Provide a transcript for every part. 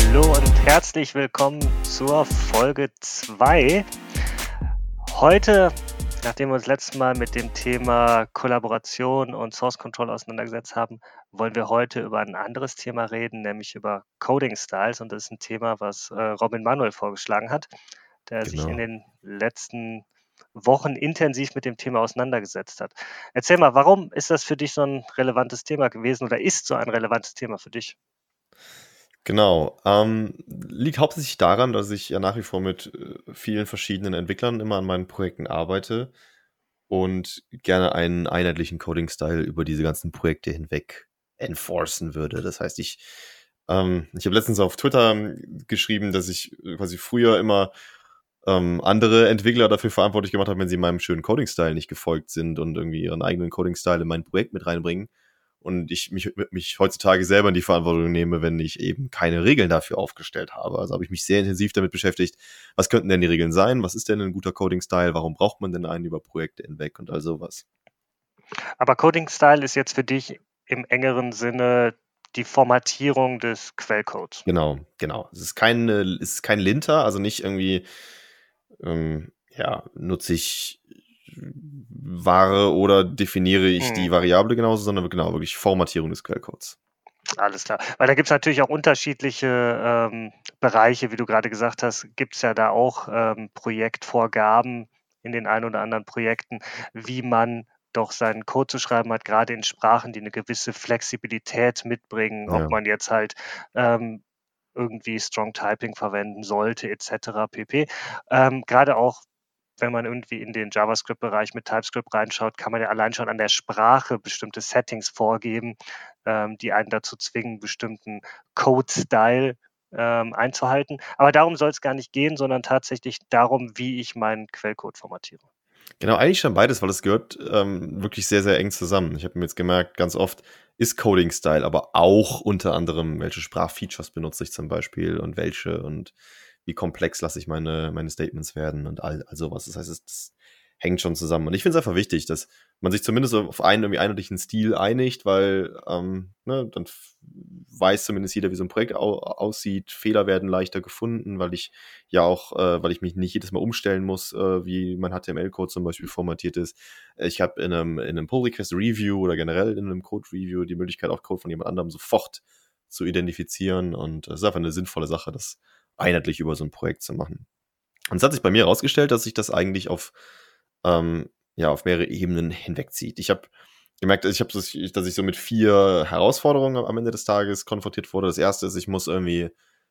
Hallo und herzlich willkommen zur Folge 2. Heute, nachdem wir uns letztes Mal mit dem Thema Kollaboration und Source Control auseinandergesetzt haben, wollen wir heute über ein anderes Thema reden, nämlich über Coding Styles. Und das ist ein Thema, was Robin Manuel vorgeschlagen hat, der sich in Genau. den letzten Wochen intensiv mit dem Thema auseinandergesetzt hat. Erzähl mal, warum ist das für dich so ein relevantes Thema gewesen oder ist so ein relevantes Thema für dich? Genau. Liegt hauptsächlich daran, dass ich ja nach wie vor mit vielen verschiedenen Entwicklern immer an meinen Projekten arbeite und gerne einen einheitlichen Coding-Style über diese ganzen Projekte hinweg enforcen würde. Das heißt, ich habe letztens auf Twitter geschrieben, dass ich quasi früher immer andere Entwickler dafür verantwortlich gemacht habe, wenn sie meinem schönen Coding-Style nicht gefolgt sind und irgendwie ihren eigenen Coding-Style in mein Projekt mit reinbringen. Und ich mich heutzutage selber in die Verantwortung nehme, wenn ich eben keine Regeln dafür aufgestellt habe. Also habe ich mich sehr intensiv damit beschäftigt, was könnten denn die Regeln sein? Was ist denn ein guter Coding-Style? Warum braucht man denn einen über Projekte hinweg und all sowas? Aber Coding Style ist jetzt für dich im engeren Sinne die Formatierung des Quellcodes. Genau. Es ist kein Linter, also nicht irgendwie, nutze ich Ware oder definiere ich Mhm. die Variable genauso, sondern genau, wirklich Formatierung des Quellcodes. Alles klar. Weil da gibt es natürlich auch unterschiedliche Bereiche, wie du gerade gesagt hast, gibt es ja da auch Projektvorgaben in den ein oder anderen Projekten, wie man doch seinen Code zu schreiben hat, gerade in Sprachen, die eine gewisse Flexibilität mitbringen, ob Ja, man jetzt halt irgendwie Strong Typing verwenden sollte, etc. pp. Gerade auch, wenn man irgendwie in den JavaScript-Bereich mit TypeScript reinschaut, kann man ja allein schon an der Sprache bestimmte Settings vorgeben, die einen dazu zwingen, bestimmten Code-Style einzuhalten. Aber darum soll es gar nicht gehen, sondern tatsächlich darum, wie ich meinen Quellcode formatiere. genau, eigentlich schon beides, weil es gehört wirklich sehr, sehr eng zusammen. Ich habe mir jetzt gemerkt, ganz oft ist Coding-Style, aber auch unter anderem, welche Sprachfeatures benutze ich zum Beispiel und welche und wie komplex lasse ich meine Statements werden und all sowas. Das heißt, das hängt schon zusammen. Und ich finde es einfach wichtig, dass man sich zumindest auf einen irgendwie einheitlichen Stil einigt, weil dann weiß zumindest jeder, wie so ein Projekt aussieht. Fehler werden leichter gefunden, weil ich mich nicht jedes Mal umstellen muss, wie mein HTML-Code zum Beispiel formatiert ist. Ich habe in einem Pull-Request-Review oder generell in einem Code-Review die Möglichkeit, auch Code von jemand anderem sofort zu identifizieren. Und es ist einfach eine sinnvolle Sache, das einheitlich über so ein Projekt zu machen. Und es hat sich bei mir herausgestellt, dass sich das eigentlich auf mehrere Ebenen hinwegzieht. Ich habe gemerkt, dass ich so mit 4 Herausforderungen am Ende des Tages konfrontiert wurde. Das erste ist, ich muss irgendwie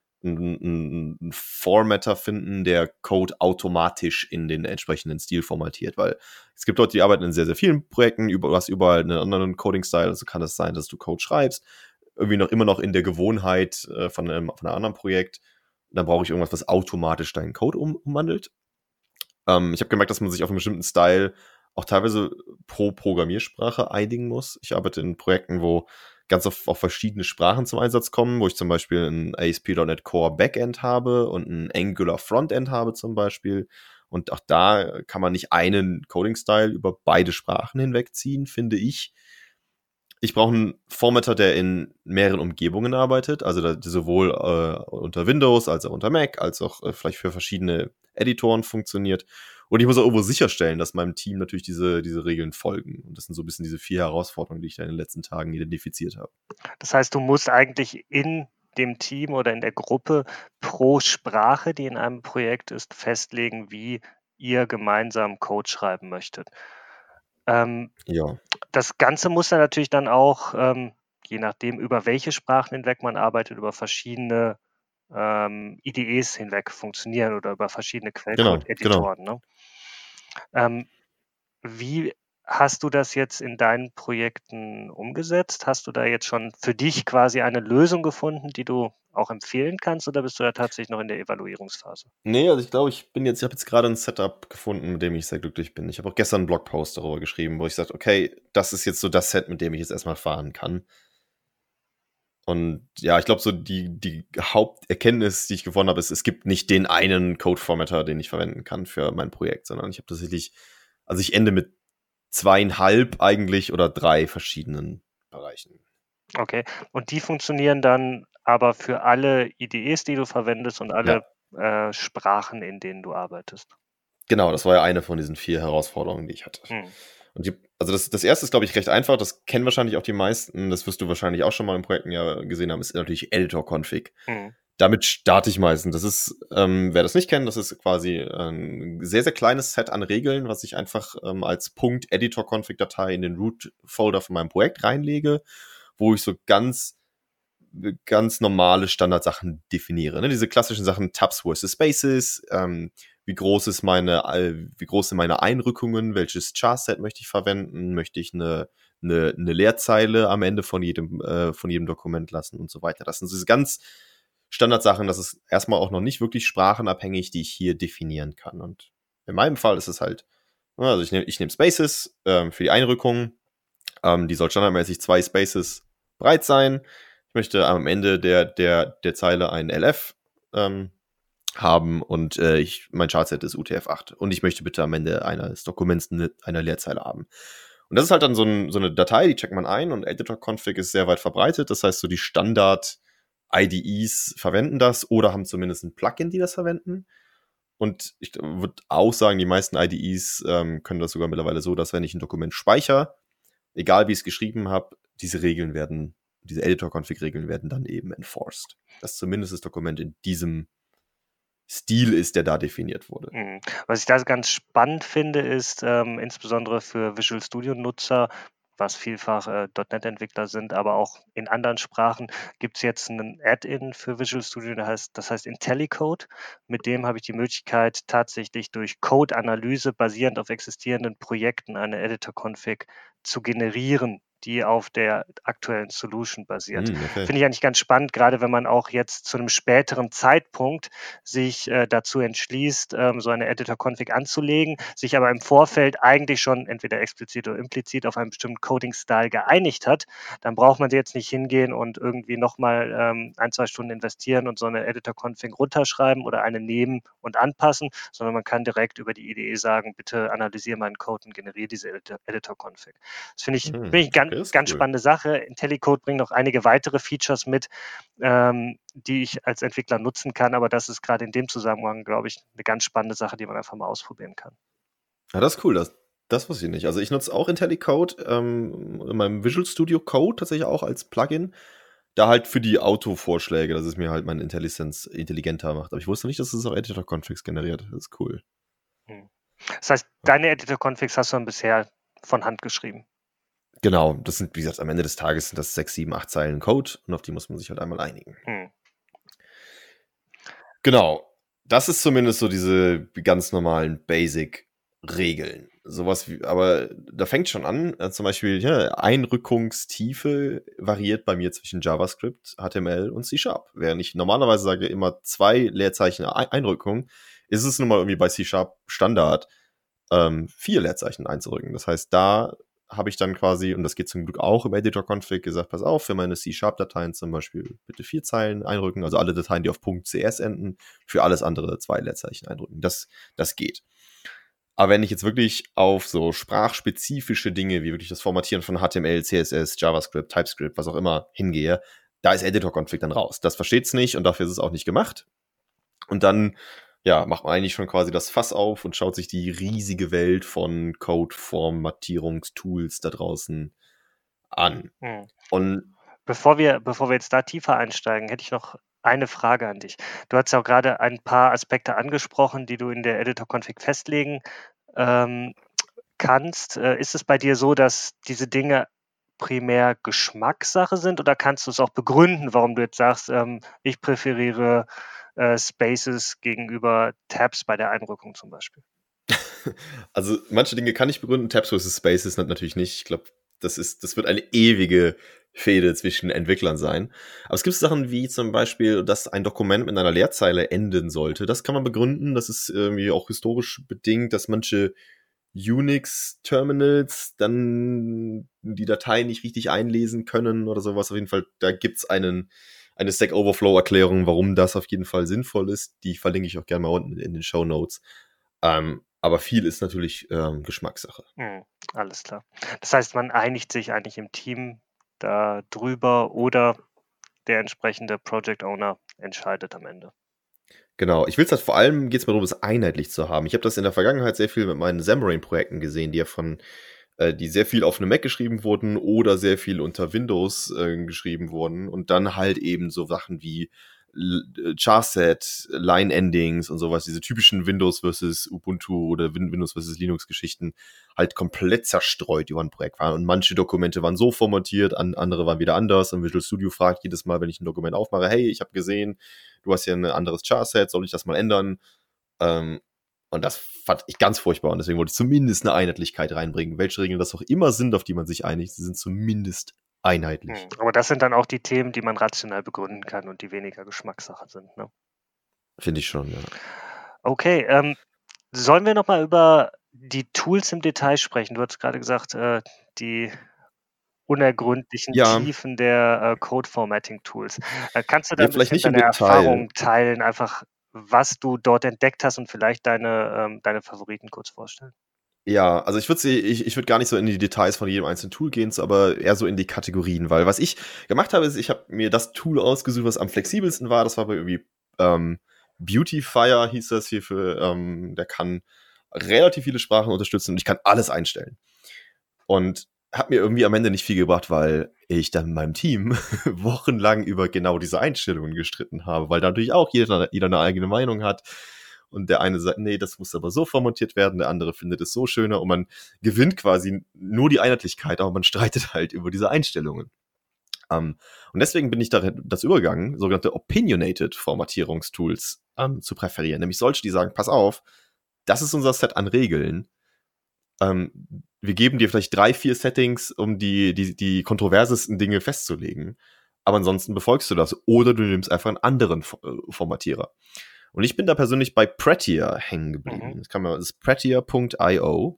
einen Formatter finden, der Code automatisch in den entsprechenden Stil formatiert, weil es gibt Leute, die arbeiten in sehr, sehr vielen Projekten, du hast überall einen anderen Coding-Style, also kann es sein, dass du Code schreibst, irgendwie immer noch in der Gewohnheit von einem anderen Projekt, dann brauche ich irgendwas, was automatisch deinen Code umwandelt. Ich habe gemerkt, dass man sich auf einen bestimmten Style auch teilweise pro Programmiersprache einigen muss. Ich arbeite in Projekten, wo ganz oft auch verschiedene Sprachen zum Einsatz kommen, wo ich zum Beispiel ein ASP.NET Core Backend habe und ein Angular Frontend habe zum Beispiel. Und auch da kann man nicht einen Coding-Style über beide Sprachen hinwegziehen, finde ich. Ich brauche einen Formatter, der in mehreren Umgebungen arbeitet, also sowohl unter Windows als auch unter Mac, als auch vielleicht für verschiedene Editoren funktioniert. Und ich muss auch irgendwo sicherstellen, dass meinem Team natürlich diese Regeln folgen. Und das sind so ein bisschen diese 4 Herausforderungen, die ich da in den letzten Tagen identifiziert habe. Das heißt, du musst eigentlich in dem Team oder in der Gruppe pro Sprache, die in einem Projekt ist, festlegen, wie ihr gemeinsam Code schreiben möchtet. Ja, Das Ganze muss dann natürlich dann auch, je nachdem, über welche Sprachen hinweg man arbeitet, über verschiedene IDEs hinweg funktionieren oder über verschiedene genau. Quellcode-Editoren. Ne? Ähm, Wie hast du das jetzt in deinen Projekten umgesetzt? Hast du da jetzt schon für dich quasi eine Lösung gefunden, die du auch empfehlen kannst, oder bist du da tatsächlich noch in der Evaluierungsphase? Nee, also ich glaube, ich habe jetzt gerade ein Setup gefunden, mit dem ich sehr glücklich bin. Ich habe auch gestern einen Blogpost darüber geschrieben, wo ich sage, okay, das ist jetzt so das Set, mit dem ich jetzt erstmal fahren kann. Und ja, ich glaube, so die Haupterkenntnis, die ich gewonnen habe, ist, es gibt nicht den einen Code-Formatter, den ich verwenden kann für mein Projekt, sondern ich habe tatsächlich, also ich ende mit 2,5 eigentlich oder 3 verschiedenen Bereichen. Okay. Und die funktionieren dann aber für alle IDEs, die du verwendest und alle Sprachen, in denen du arbeitest. Genau, das war ja eine von diesen 4 Herausforderungen, die ich hatte. Und also das erste ist, glaube ich, recht einfach. Das kennen wahrscheinlich auch die meisten. Das wirst du wahrscheinlich auch schon mal in Projekten ja gesehen haben. Ist natürlich Editor-Config. Damit starte ich meistens. Das ist, wer das nicht kennt, das ist quasi ein sehr, sehr kleines Set an Regeln, was ich einfach als .editor-config-Datei in den Root-Folder von meinem Projekt reinlege, wo ich so ganz normale Standardsachen definiere. Ne? Diese klassischen Sachen, Tabs versus Spaces, wie groß sind meine Einrückungen, welches Char-Set möchte ich verwenden, möchte ich eine Leerzeile am Ende von jedem Dokument lassen und so weiter. Das sind diese ganz Standardsachen, das ist erstmal auch noch nicht wirklich sprachenabhängig, die ich hier definieren kann. Und in meinem Fall ist es halt, also ich nehme Spaces für die Einrückung, die soll standardmäßig 2 Spaces breit sein. Ich möchte am Ende der Zeile ein LF haben und mein Chartset ist UTF-8 und ich möchte bitte am Ende eines Dokuments eine Leerzeile haben. Und das ist halt dann so eine Datei, die checkt man ein und Editor-Config ist sehr weit verbreitet. Das heißt, so die Standard-IDEs verwenden das oder haben zumindest ein Plugin, die das verwenden. Und ich würde auch sagen, die meisten IDEs können das sogar mittlerweile so, dass wenn ich ein Dokument speichere, egal wie ich es geschrieben habe, diese Editor-Config-Regeln werden dann eben enforced. Dass zumindest das Dokument in diesem Stil ist, der da definiert wurde. Was ich da ganz spannend finde, ist insbesondere für Visual Studio-Nutzer, was vielfach .NET-Entwickler sind, aber auch in anderen Sprachen, gibt es jetzt einen Add-in für Visual Studio, das heißt IntelliCode. Mit dem habe ich die Möglichkeit, tatsächlich durch Code-Analyse basierend auf existierenden Projekten eine Editor-Config zu generieren, die auf der aktuellen Solution basiert. Okay. Finde ich eigentlich ganz spannend, gerade wenn man auch jetzt zu einem späteren Zeitpunkt sich dazu entschließt, so eine Editor-Config anzulegen, sich aber im Vorfeld eigentlich schon entweder explizit oder implizit auf einen bestimmten Coding-Style geeinigt hat, dann braucht man jetzt nicht hingehen und irgendwie nochmal 1-2 Stunden investieren und so eine Editor-Config runterschreiben oder eine nehmen und anpassen, sondern man kann direkt über die IDE sagen, bitte analysiere meinen Code und generiere diese Editor-Config. Das finde ich ganz cool. spannende Sache. IntelliCode bringt noch einige weitere Features mit, die ich als Entwickler nutzen kann, aber das ist gerade in dem Zusammenhang, glaube ich, eine ganz spannende Sache, die man einfach mal ausprobieren kann. Ja, das ist cool, das wusste ich nicht. Also ich nutze auch IntelliCode in meinem Visual Studio Code tatsächlich auch als Plugin. Da halt für die Autovorschläge, dass es mir halt mein IntelliSense intelligenter macht. Aber ich wusste nicht, dass es auch Editor-Configs generiert. Das ist cool. Das heißt, deine Editor-Configs hast du dann bisher von Hand geschrieben? Genau, das sind, wie gesagt, am Ende des Tages sind das 6, 7, 8 Zeilen Code und auf die muss man sich halt einmal einigen. Genau, das ist zumindest so diese ganz normalen Basic-Regeln. Sowas wie, aber da fängt schon an, zum Beispiel, ja, Einrückungstiefe variiert bei mir zwischen JavaScript, HTML und C#. Während ich normalerweise sage, immer 2 Leerzeichen Einrückung, ist es nun mal irgendwie bei C# Standard, 4 Leerzeichen einzurücken. Das heißt, da habe ich dann quasi, und das geht zum Glück auch im Editor-Config, gesagt, pass auf, für meine C#-Dateien zum Beispiel bitte 4 Zeilen einrücken, also alle Dateien, die auf .cs enden, für alles andere 2 Leerzeichen einrücken. Das geht. Aber wenn ich jetzt wirklich auf so sprachspezifische Dinge, wie wirklich das Formatieren von HTML, CSS, JavaScript, TypeScript, was auch immer, hingehe, da ist Editor-Config dann raus. Das versteht's nicht und dafür ist es auch nicht gemacht. Und dann ja, macht man eigentlich schon quasi das Fass auf und schaut sich die riesige Welt von Code-Formatierungstools da draußen an. Und bevor wir jetzt da tiefer einsteigen, hätte ich noch eine Frage an dich. Du hast ja auch gerade ein paar Aspekte angesprochen, die du in der Editor-Config festlegen kannst. Ist es bei dir so, dass diese Dinge primär Geschmackssache sind oder kannst du es auch begründen, warum du jetzt sagst, ich präferiere Spaces gegenüber Tabs bei der Einrückung zum Beispiel? Also manche Dinge kann ich begründen, Tabs versus Spaces natürlich nicht. Ich glaube, das wird eine ewige Fehde zwischen Entwicklern sein. Aber es gibt Sachen wie zum Beispiel, dass ein Dokument mit einer Leerzeile enden sollte. Das kann man begründen. Das ist irgendwie auch historisch bedingt, dass manche Unix-Terminals dann die Datei nicht richtig einlesen können oder sowas. Auf jeden Fall, da gibt's eine Stack Overflow-Erklärung, warum das auf jeden Fall sinnvoll ist. Die verlinke ich auch gerne mal unten in den Shownotes. Aber viel ist natürlich Geschmackssache. Alles klar. Das heißt, man einigt sich eigentlich im Team da drüber oder der entsprechende Project Owner entscheidet am Ende. Genau, ich will es halt vor allem, geht es mir darum, es einheitlich zu haben. Ich habe das in der Vergangenheit sehr viel mit meinen Xamarin-Projekten gesehen, die sehr viel auf einem Mac geschrieben wurden oder sehr viel unter Windows geschrieben wurden und dann halt eben so Sachen wie Charset, Line-Endings und sowas, diese typischen Windows versus Ubuntu oder Windows versus Linux-Geschichten halt komplett zerstreut über ein Projekt waren. Und manche Dokumente waren so formatiert, andere waren wieder anders. Und Visual Studio fragt jedes Mal, wenn ich ein Dokument aufmache, hey, ich habe gesehen, du hast hier ein anderes Charset, soll ich das mal ändern? Und das fand ich ganz furchtbar. Und deswegen wollte ich zumindest eine Einheitlichkeit reinbringen. Welche Regeln das auch immer sind, auf die man sich einigt, sie sind zumindest einheitlich. Aber das sind dann auch die Themen, die man rational begründen kann und die weniger Geschmackssache sind, ne? Finde ich schon, ja. Okay, sollen wir nochmal über die Tools im Detail sprechen? Du hast gerade gesagt, die unergründlichen Tiefen der Code-Formatting-Tools. Kannst du da ein vielleicht bisschen nicht im deine Detail. Erfahrungen teilen, einfach was du dort entdeckt hast und vielleicht deine Favoriten kurz vorstellen? Ja, also ich würde gar nicht so in die Details von jedem einzelnen Tool gehen, aber eher so in die Kategorien, weil was ich gemacht habe, ist, ich habe mir das Tool ausgesucht, was am flexibelsten war. Das war bei irgendwie Beautyfire hieß das hier der kann relativ viele Sprachen unterstützen und ich kann alles einstellen. Und hat mir irgendwie am Ende nicht viel gebracht, weil ich dann mit meinem Team wochenlang über genau diese Einstellungen gestritten habe, weil da natürlich auch jeder eine eigene Meinung hat. Und der eine sagt, nee, das muss aber so formatiert werden, der andere findet es so schöner und man gewinnt quasi nur die Einheitlichkeit, aber man streitet halt über diese Einstellungen. Und deswegen bin ich dazu übergegangen, sogenannte Opinionated Formatierungstools zu präferieren. Nämlich solche, die sagen, pass auf, das ist unser Set an Regeln. Wir geben dir vielleicht 3, 4 Settings, um die kontroversesten Dinge festzulegen. Aber ansonsten befolgst du das. Oder du nimmst einfach einen anderen Formatierer. Und ich bin da persönlich bei Prettier hängen geblieben. Das ist prettier.io.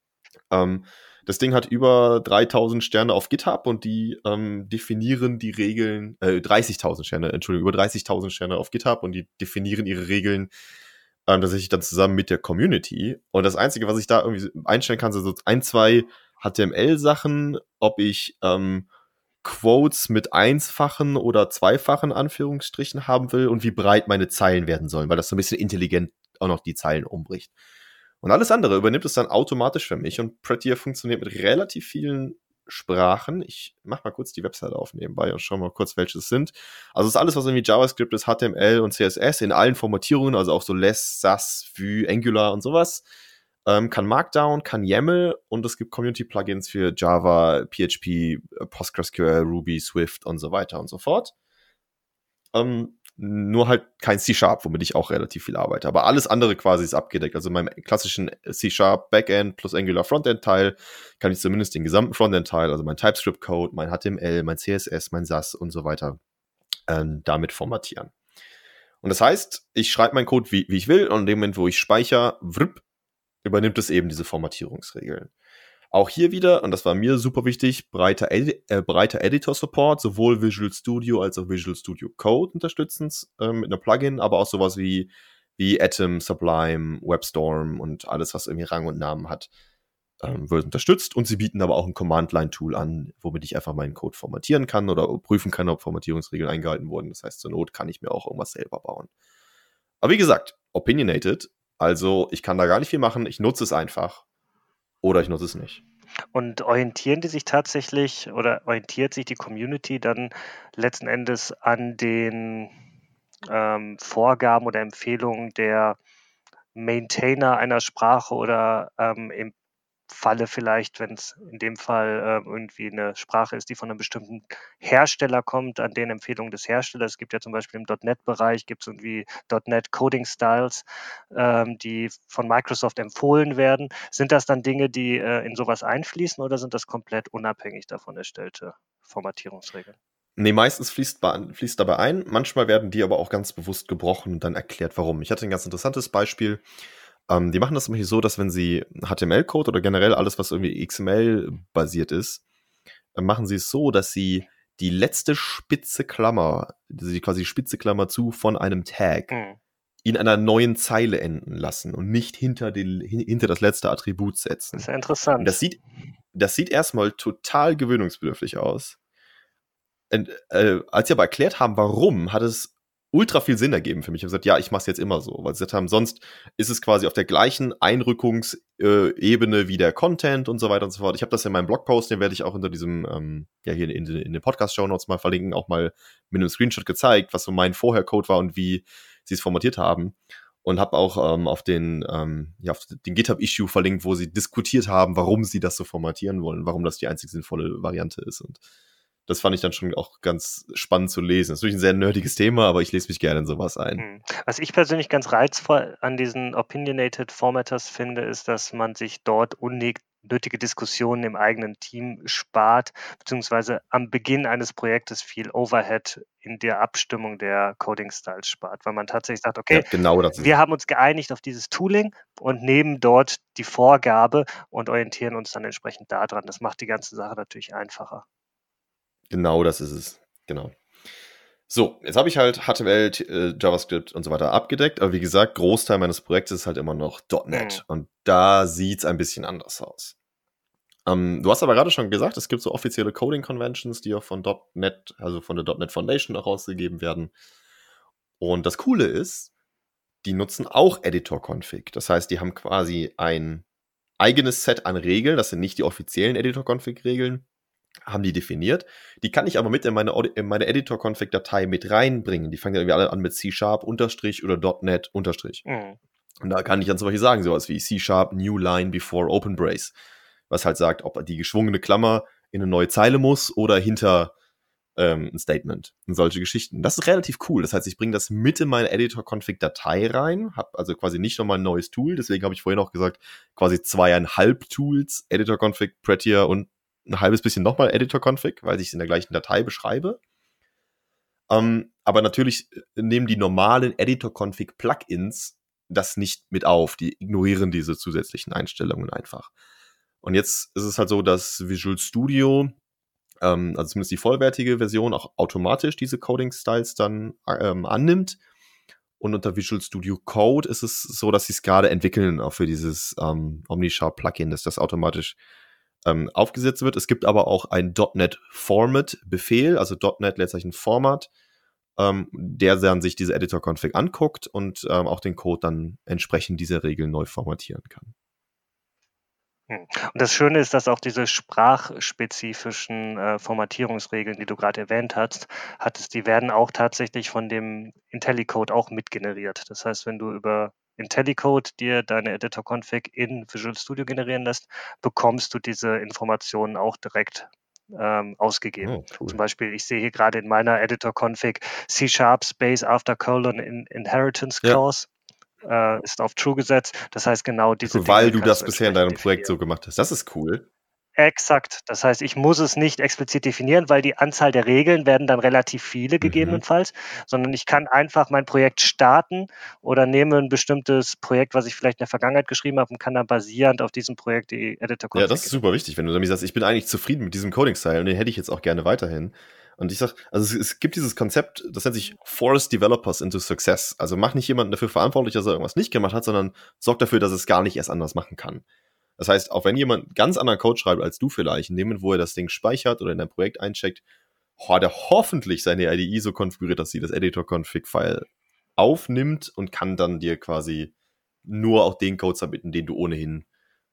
Das Ding hat über 3000 Sterne auf GitHub und die definieren die Regeln, 30.000 Sterne, Entschuldigung, über 30.000 Sterne auf GitHub und die definieren ihre Regeln tatsächlich dann zusammen mit der Community. Und das Einzige, was ich da irgendwie einstellen kann, sind so 1, 2 HTML-Sachen, ob ich Quotes mit 1-fachen oder 2-fachen Anführungsstrichen haben will und wie breit meine Zeilen werden sollen, weil das so ein bisschen intelligent auch noch die Zeilen umbricht. Und alles andere übernimmt es dann automatisch für mich und Prettier funktioniert mit relativ vielen Sprachen. Ich mach mal kurz die Webseite auf nebenbei und schau mal kurz, welche es sind. Also es ist alles, was irgendwie JavaScript ist, HTML und CSS in allen Formatierungen, also auch so Less, Sass, Vue, Angular und sowas. Kann Markdown, kann YAML und es gibt Community-Plugins für Java, PHP, PostgreSQL, Ruby, Swift und so weiter und so fort. Nur halt kein C-Sharp, womit ich auch relativ viel arbeite. Aber alles andere quasi ist abgedeckt. Also in meinem klassischen C-Sharp Backend plus Angular Frontend-Teil kann ich zumindest den gesamten Frontend-Teil, also mein TypeScript-Code, mein HTML, mein CSS, mein Sass und so weiter, damit formatieren. Und das heißt, ich schreibe meinen Code, wie ich will, und in dem Moment, wo ich speichere, übernimmt es eben diese Formatierungsregeln. Auch hier wieder, und das war mir super wichtig, breiter Editor-Support, sowohl Visual Studio als auch Visual Studio Code unterstützend mit einer Plugin, aber auch sowas wie Atom, Sublime, WebStorm und alles, was irgendwie Rang und Namen hat, wird unterstützt. Und sie bieten aber auch ein Command-Line-Tool an, womit ich einfach meinen Code formatieren kann oder prüfen kann, ob Formatierungsregeln eingehalten wurden. Das heißt, zur Not kann ich mir auch irgendwas selber bauen. Aber wie gesagt, opinionated, also ich kann da gar nicht viel machen, ich nutze es einfach. Oder ich nutze es nicht. Und orientieren die sich tatsächlich oder orientiert sich die Community dann letzten Endes an den Vorgaben oder Empfehlungen der Maintainer einer Sprache oder im Falle vielleicht, wenn es in dem Fall irgendwie eine Sprache ist, die von einem bestimmten Hersteller kommt, an den Empfehlungen des Herstellers. Es gibt ja zum Beispiel im .NET-Bereich gibt es irgendwie .NET Coding Styles, die von Microsoft empfohlen werden. Sind das dann Dinge, die in sowas einfließen oder sind das komplett unabhängig davon erstellte Formatierungsregeln? Nee, meistens fließt dabei ein. Manchmal werden die aber auch ganz bewusst gebrochen und dann erklärt, warum. Ich hatte ein ganz interessantes Beispiel. Die machen das nämlich so, dass wenn sie HTML-Code oder generell alles, was irgendwie XML-basiert ist, machen sie es so, dass sie die letzte spitze Klammer, die quasi spitze Klammer zu von einem Tag in einer neuen Zeile enden lassen und nicht hinter das letzte Attribut setzen. Das ist ja interessant. Und das sieht erstmal total gewöhnungsbedürftig aus. Als sie aber erklärt haben, warum, hat es ultra viel Sinn ergeben für mich. Ich habe gesagt, ja, ich mache es jetzt immer so, weil sie gesagt haben, sonst ist es quasi auf der gleichen Einrückungsebene wie der Content und so weiter und so fort. Ich habe das in meinem Blogpost, den werde ich auch unter diesem, hier in den Podcast-Show-Notes mal verlinken, auch mal mit einem Screenshot gezeigt, was so mein Vorher-Code war und wie sie es formatiert haben. Und habe auch auf den GitHub-Issue verlinkt, wo sie diskutiert haben, warum sie das so formatieren wollen, warum das die einzig sinnvolle Variante ist. Und das fand ich dann schon auch ganz spannend zu lesen. Das ist natürlich ein sehr nerdiges Thema, aber ich lese mich gerne in sowas ein. Was ich persönlich ganz reizvoll an diesen Opinionated Formatters finde, ist, dass man sich dort unnötige Diskussionen im eigenen Team spart, beziehungsweise am Beginn eines Projektes viel Overhead in der Abstimmung der Coding-Styles spart, weil man tatsächlich sagt, okay, Ja, genau das ist wir haben uns geeinigt auf dieses Tooling und nehmen dort die Vorgabe und orientieren uns dann entsprechend daran. Das macht die ganze Sache natürlich einfacher. Genau das ist es. Genau. So, jetzt habe ich halt HTML, JavaScript und so weiter abgedeckt, aber wie gesagt, Großteil meines Projektes ist halt immer noch .NET und da sieht's ein bisschen anders aus. Du hast aber gerade schon gesagt, es gibt so offizielle Coding-Conventions, die auch von .NET, also von der .NET Foundation auch rausgegeben werden. Und das Coole ist, die nutzen auch Editor-Config. Das heißt, die haben quasi ein eigenes Set an Regeln, das sind nicht die offiziellen Editor-Config-Regeln, haben die definiert. Die kann ich aber mit in meine Editor-Config-Datei mit reinbringen. Die fangen ja irgendwie alle an mit C# unterstrich oder .NET unterstrich. Und da kann ich dann zum Beispiel sagen, sowas wie C# New Line before Open Brace. Was halt sagt, ob die geschwungene Klammer in eine neue Zeile muss oder hinter ein Statement und solche Geschichten. Das ist relativ cool. Das heißt, ich bringe das mit in meine Editor-Config-Datei rein, habe also quasi nicht nochmal ein neues Tool. Deswegen habe ich vorhin auch gesagt, quasi 2,5 Tools, Editor-Config, Prettier und ein halbes bisschen nochmal Editor-Config, weil ich es in der gleichen Datei beschreibe. Aber natürlich nehmen die normalen Editor-Config-Plugins das nicht mit auf. Die ignorieren diese zusätzlichen Einstellungen einfach. Und jetzt ist es halt so, dass Visual Studio, also zumindest die vollwertige Version, auch automatisch diese Coding-Styles dann annimmt. Und unter Visual Studio Code ist es so, dass sie es gerade entwickeln, auch für dieses Omnisharp-Plugin, dass das automatisch aufgesetzt wird. Es gibt aber auch ein .NET Format-Befehl, also .NET letztlich ein Format, der dann sich diese Editor-Config anguckt und auch den Code dann entsprechend dieser Regeln neu formatieren kann. Und das Schöne ist, dass auch diese sprachspezifischen Formatierungsregeln, die du gerade erwähnt hattest, die werden auch tatsächlich von dem IntelliCode auch mitgeneriert. Das heißt, wenn du über IntelliCode dir deine Editor-Config in Visual Studio generieren lässt, bekommst du diese Informationen auch direkt ausgegeben. Oh, cool. Zum Beispiel, ich sehe hier gerade in meiner Editor-Config C# Space after colon in Inheritance Clause. Ist auf True gesetzt. Das heißt, genau diese Dinge. Weil du kannst das du bisher in deinem Projekt definieren. so gemacht hast. Das ist cool. Exakt. Das heißt, ich muss es nicht explizit definieren, weil die Anzahl der Regeln werden dann relativ viele gegebenenfalls, sondern ich kann einfach mein Projekt starten oder nehme ein bestimmtes Projekt, was ich vielleicht in der Vergangenheit geschrieben habe und kann dann basierend auf diesem Projekt die Editor-Config. Ja, das ist super wichtig, wenn du nämlich sagst, ich bin eigentlich zufrieden mit diesem Coding-Style und den hätte ich jetzt auch gerne weiterhin. Und ich sag, also es gibt dieses Konzept, das nennt sich Force Developers into Success. Also mach nicht jemanden dafür verantwortlich, dass er irgendwas nicht gemacht hat, sondern sorg dafür, dass es gar nicht erst anders machen kann. Das heißt, auch wenn jemand ganz anderen Code schreibt als du vielleicht, in dem Moment, wo er das Ding speichert oder in dein Projekt eincheckt, hat er hoffentlich seine IDE so konfiguriert, dass sie das Editor-Config-File aufnimmt und kann dann dir quasi nur auch den Code submitten, den du ohnehin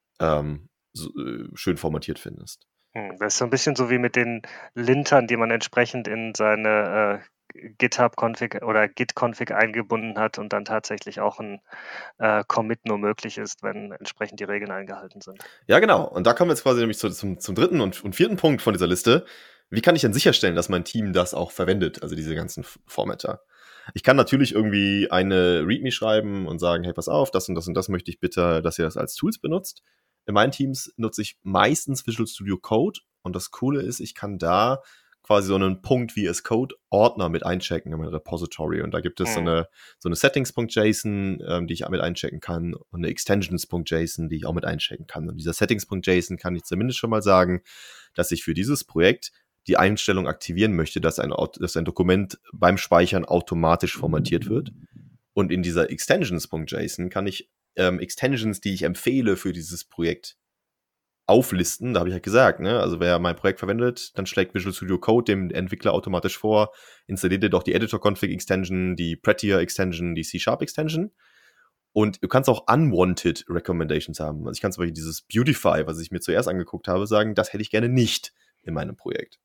schön formatiert findest. Das ist so ein bisschen so wie mit den Lintern, die man entsprechend in seine GitHub-Config oder Git-Config eingebunden hat und dann tatsächlich auch ein Commit nur möglich ist, wenn entsprechend die Regeln eingehalten sind. Ja, genau. Und da kommen wir jetzt quasi nämlich zum dritten und vierten Punkt von dieser Liste. Wie kann ich denn sicherstellen, dass mein Team das auch verwendet, also diese ganzen Formatter? Ich kann natürlich irgendwie eine README schreiben und sagen, hey, pass auf, das und das und das möchte ich bitte, dass ihr das als Tools benutzt. In meinen Teams nutze ich meistens Visual Studio Code und das Coole ist, ich kann da quasi so einen Punkt VS Code Ordner mit einchecken in mein Repository und da gibt es so eine Settings.json, die ich mit einchecken kann und eine Extensions.json, die ich auch mit einchecken kann. Und dieser Settings.json kann ich zumindest schon mal sagen, dass ich für dieses Projekt die Einstellung aktivieren möchte, dass ein Dokument beim Speichern automatisch formatiert wird. Und in dieser Extensions.json kann ich Extensions, die ich empfehle für dieses Projekt, auflisten. Da habe ich halt gesagt, ne, also wer mein Projekt verwendet, dann schlägt Visual Studio Code dem Entwickler automatisch vor, installiert dir doch die Editor-Config-Extension, die Prettier-Extension, die C#-Extension. Und du kannst auch unwanted Recommendations haben. Also ich kann zum Beispiel dieses Beautify, was ich mir zuerst angeguckt habe, sagen, das hätte ich gerne nicht in meinem Projekt.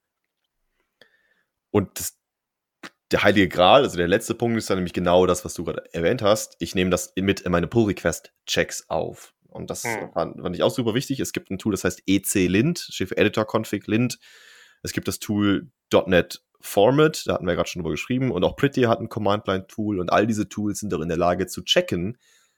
Und der heilige Gral, also der letzte Punkt, ist dann nämlich genau das, was du gerade erwähnt hast. Ich nehme das mit in meine Pull-Request-Checks auf. Und das fand ich auch super wichtig. Es gibt ein Tool, das heißt EC-Lint, steht für Editor-Config-Lint. Es gibt das Tool .NET Format, da hatten wir gerade schon drüber geschrieben. Und auch Prettier hat ein Command-Line-Tool. Und all diese Tools sind doch in der Lage zu checken,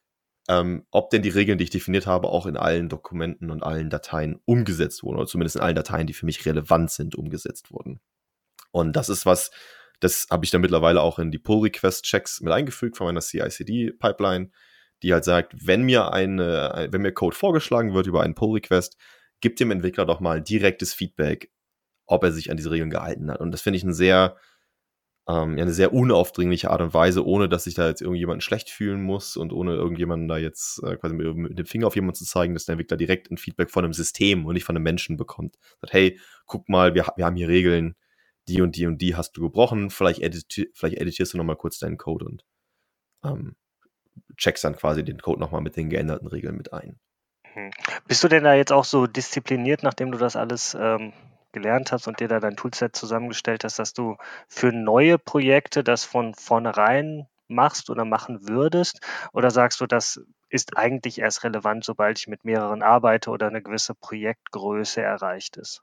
ob denn die Regeln, die ich definiert habe, auch in allen Dokumenten und allen Dateien umgesetzt wurden. Oder zumindest in allen Dateien, die für mich relevant sind, umgesetzt wurden. Und das ist was, das habe ich dann mittlerweile auch in die Pull-Request-Checks mit eingefügt von meiner CI/CD-Pipeline, die halt sagt, wenn mir Code vorgeschlagen wird über einen Pull-Request, gibt dem Entwickler doch mal direktes Feedback, ob er sich an diese Regeln gehalten hat. Und das finde ich eine sehr unaufdringliche Art und Weise, ohne dass ich da jetzt irgendjemanden schlecht fühlen muss und ohne irgendjemanden da jetzt quasi mit dem Finger auf jemanden zu zeigen, dass der Entwickler direkt ein Feedback von einem System und nicht von einem Menschen bekommt. Sagt, hey, guck mal, wir haben hier Regeln, die und die und die hast du gebrochen, vielleicht editierst du nochmal kurz deinen Code und checkst dann quasi den Code nochmal mit den geänderten Regeln mit ein. Bist du denn da jetzt auch so diszipliniert, nachdem du das alles gelernt hast und dir da dein Toolset zusammengestellt hast, dass du für neue Projekte das von vornherein machst oder machen würdest? Oder sagst du, das ist eigentlich erst relevant, sobald ich mit mehreren arbeite oder eine gewisse Projektgröße erreicht ist?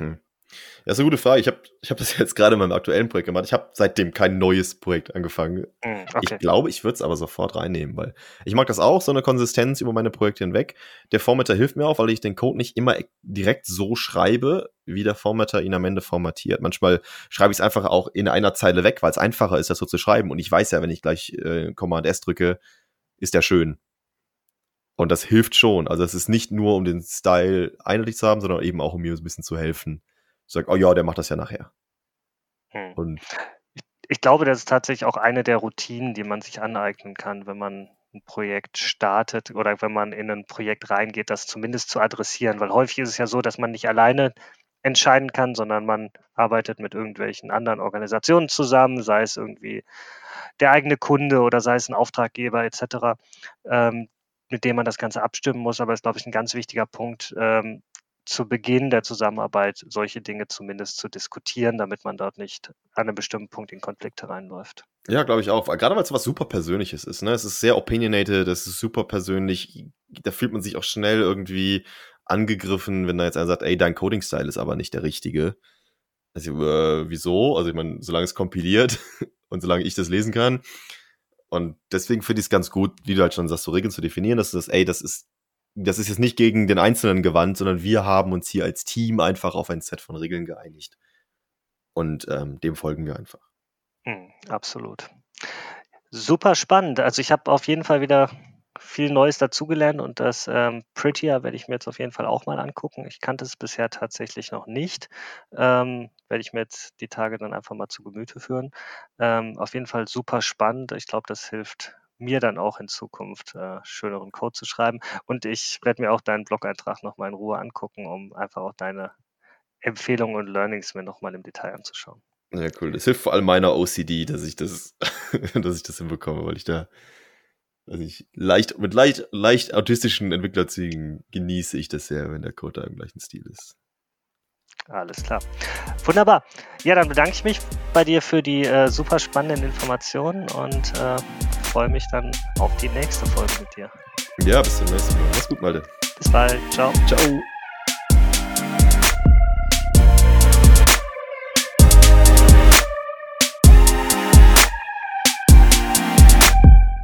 Ja, ist eine gute Frage. Ich hab das jetzt gerade in meinem aktuellen Projekt gemacht. Ich habe seitdem kein neues Projekt angefangen. Okay. Ich glaube, ich würde es aber sofort reinnehmen, weil ich mag das auch, so eine Konsistenz über meine Projekte hinweg. Der Formatter hilft mir auch, weil ich den Code nicht immer direkt so schreibe, wie der Formatter ihn am Ende formatiert. Manchmal schreibe ich es einfach auch in einer Zeile weg, weil es einfacher ist, das so zu schreiben. Und ich weiß ja, wenn ich gleich Command-S drücke, ist der schön. Und das hilft schon. Also es ist nicht nur, um den Style einheitlich zu haben, sondern eben auch, um mir ein bisschen zu helfen. Ich sage, oh ja, der macht das ja nachher. Und ich glaube, das ist tatsächlich auch eine der Routinen, die man sich aneignen kann, wenn man ein Projekt startet oder wenn man in ein Projekt reingeht, das zumindest zu adressieren. Weil häufig ist es ja so, dass man nicht alleine entscheiden kann, sondern man arbeitet mit irgendwelchen anderen Organisationen zusammen, sei es irgendwie der eigene Kunde oder sei es ein Auftraggeber etc., mit dem man das Ganze abstimmen muss. Aber es ist, glaube ich, ein ganz wichtiger Punkt, zu Beginn der Zusammenarbeit solche Dinge zumindest zu diskutieren, damit man dort nicht an einem bestimmten Punkt in Konflikte reinläuft. Ja, glaube ich auch. Gerade weil es was super Persönliches ist. Ne? Es ist sehr opinionated, es ist super persönlich. Da fühlt man sich auch schnell irgendwie angegriffen, wenn da jetzt einer sagt, ey, dein Coding-Style ist aber nicht der richtige. Also, wieso? Also ich meine, solange es kompiliert und solange ich das lesen kann. Und deswegen finde ich es ganz gut, wie du halt schon sagst, so Regeln zu definieren, dass du das, ey, das ist jetzt nicht gegen den Einzelnen gewandt, sondern wir haben uns hier als Team einfach auf ein Set von Regeln geeinigt. Und dem folgen wir einfach. Absolut. Super spannend. Also ich habe auf jeden Fall wieder viel Neues dazugelernt und das Prettier werde ich mir jetzt auf jeden Fall auch mal angucken. Ich kannte es bisher tatsächlich noch nicht. Werde ich mir jetzt die Tage dann einfach mal zu Gemüte führen. Auf jeden Fall super spannend. Ich glaube, das hilft mir dann auch in Zukunft schöneren Code zu schreiben. Und ich werde mir auch deinen Blog-Eintrag nochmal in Ruhe angucken, um einfach auch deine Empfehlungen und Learnings mir nochmal im Detail anzuschauen. Ja, cool. Das hilft vor allem meiner OCD, dass ich das hinbekomme, weil ich da, mit leicht autistischen Entwicklerzügen genieße ich das sehr, wenn der Code da im gleichen Stil ist. Alles klar. Wunderbar. Ja, dann bedanke ich mich bei dir für die super spannenden Informationen und freue mich dann auf die nächste Folge mit dir. Ja, bis zum nächsten Mal. Mach's gut, Malte. Bis bald. Ciao. Ciao.